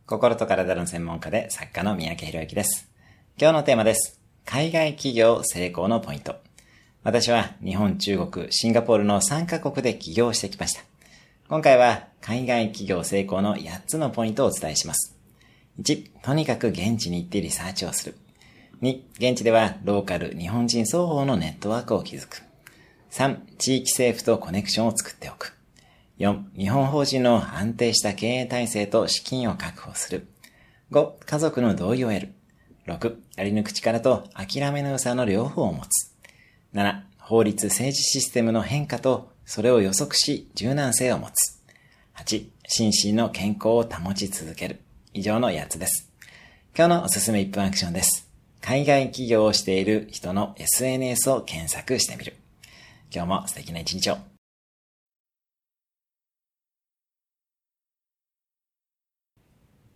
心と体の専門家で作家の三宅宏之です。今日のテーマです。海外企業成功のポイント。私は日本、中国、シンガポールの3カ国で起業してきました。今回は海外企業成功の8つのポイントをお伝えします。1、とにかく現地に行ってリサーチをする。2、現地ではローカル、日本人双方のネットワークを築く。3、地域政府とコネクションを作っておく。4、日本法人の安定した経営体制と資金を確保する。5、家族の同意を得る。6、やり抜く力と諦めの良さの両方を持つ。7、法律・政治システムの変化とそれを予測し柔軟性を持つ。8、心身の健康を保ち続ける。以上の8つです。今日のおすすめ1分アクションです。海外起業をしている人の SNS を検索してみる。今日も素敵な一日を。